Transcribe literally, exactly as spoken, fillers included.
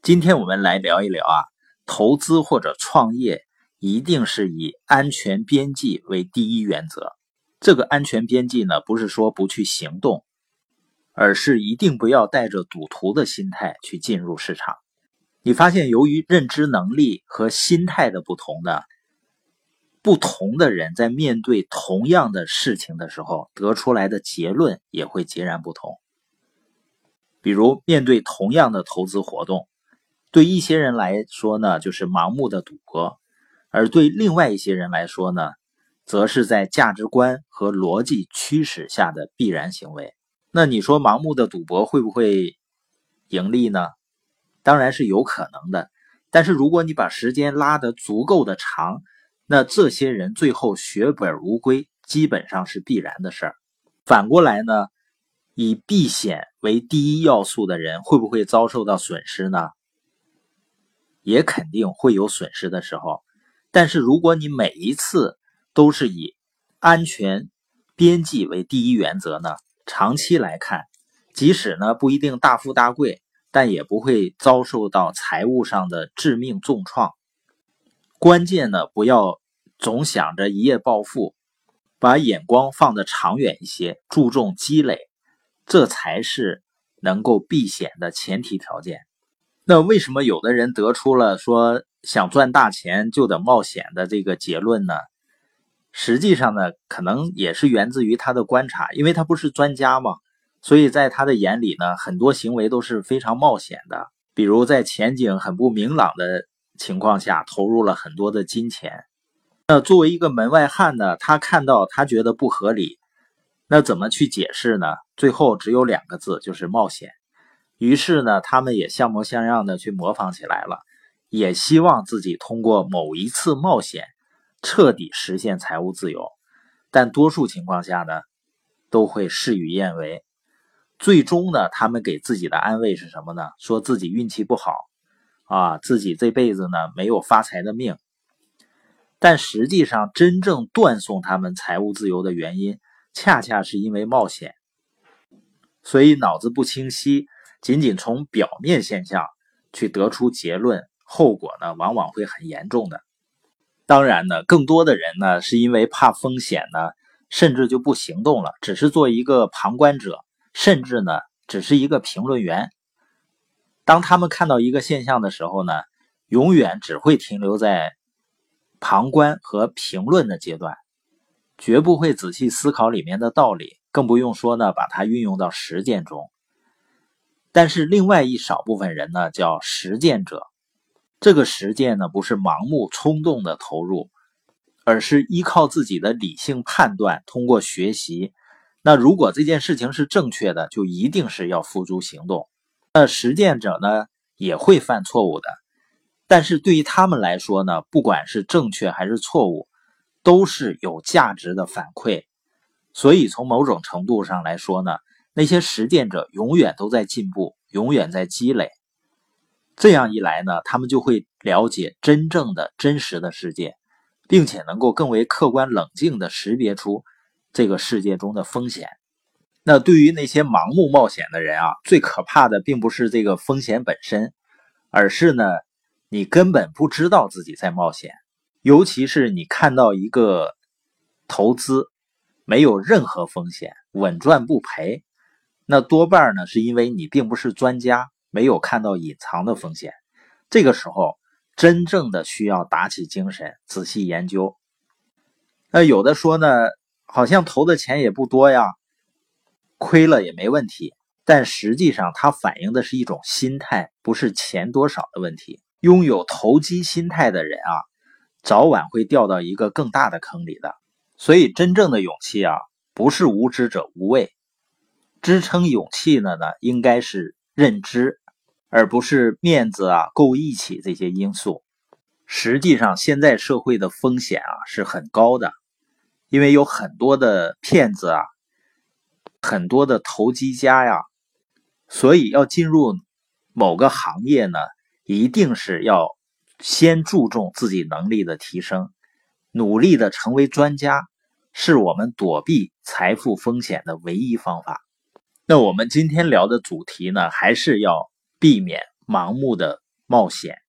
今天我们来聊一聊啊，投资或者创业一定是以安全边际为第一原则。这个安全边际呢，不是说不去行动，而是一定不要带着赌徒的心态去进入市场。你发现由于认知能力和心态的不同呢，不同的人在面对同样的事情的时候，得出来的结论也会截然不同。比如面对同样的投资活动，对一些人来说呢，就是盲目的赌博，而对另外一些人来说呢，则是在价值观和逻辑驱使下的必然行为。那你说盲目的赌博会不会盈利呢？当然是有可能的，但是如果你把时间拉得足够的长，那这些人最后血本无归，基本上是必然的事儿。反过来呢，以避险为第一要素的人会不会遭受到损失呢？也肯定会有损失的时候，但是如果你每一次都是以安全边际为第一原则呢，长期来看，即使呢不一定大富大贵，但也不会遭受到财务上的致命重创。关键呢，不要总想着一夜暴富，把眼光放得长远一些，注重积累，这才是能够避险的前提条件。那为什么有的人得出了说想赚大钱就得冒险的这个结论呢？实际上呢，可能也是源自于他的观察，因为他不是专家嘛，所以在他的眼里呢，很多行为都是非常冒险的。比如在前景很不明朗的情况下投入了很多的金钱。那作为一个门外汉呢，他看到他觉得不合理，那怎么去解释呢？最后只有两个字，就是冒险。于是呢，他们也像模像样的去模仿起来了，也希望自己通过某一次冒险彻底实现财务自由，但多数情况下呢，都会事与愿违。最终呢，他们给自己的安慰是什么呢？说自己运气不好啊，自己这辈子呢没有发财的命。但实际上真正断送他们财务自由的原因，恰恰是因为冒险。所以脑子不清晰，仅仅从表面现象去得出结论，后果呢往往会很严重的。当然呢，更多的人呢是因为怕风险呢，甚至就不行动了，只是做一个旁观者，甚至呢只是一个评论员。当他们看到一个现象的时候呢，永远只会停留在旁观和评论的阶段，绝不会仔细思考里面的道理，更不用说呢把它运用到实践中。但是另外一少部分人呢叫实践者，这个实践呢不是盲目冲动的投入，而是依靠自己的理性判断，通过学习，那如果这件事情是正确的，就一定是要付诸行动。那实践者呢也会犯错误的，但是对于他们来说呢，不管是正确还是错误，都是有价值的反馈。所以从某种程度上来说呢，那些实践者永远都在进步，永远在积累。这样一来呢，他们就会了解真正的真实的世界，并且能够更为客观冷静地识别出这个世界中的风险。那对于那些盲目冒险的人啊，最可怕的并不是这个风险本身，而是呢，你根本不知道自己在冒险。尤其是你看到一个投资没有任何风险，稳赚不赔，那多半呢是因为你并不是专家，没有看到隐藏的风险。这个时候真正的需要打起精神，仔细研究。那有的说呢，好像投的钱也不多呀，亏了也没问题，但实际上它反映的是一种心态，不是钱多少的问题。拥有投机心态的人啊，早晚会掉到一个更大的坑里的。所以真正的勇气啊，不是无知者无畏，支撑勇气的呢，应该是认知，而不是面子啊、够义气这些因素。实际上现在社会的风险啊是很高的，因为有很多的骗子啊，很多的投机家呀，所以要进入某个行业呢，一定是要先注重自己能力的提升，努力的成为专家，是我们躲避财富风险的唯一方法。那我们今天聊的主题呢，还是要避免盲目的冒险。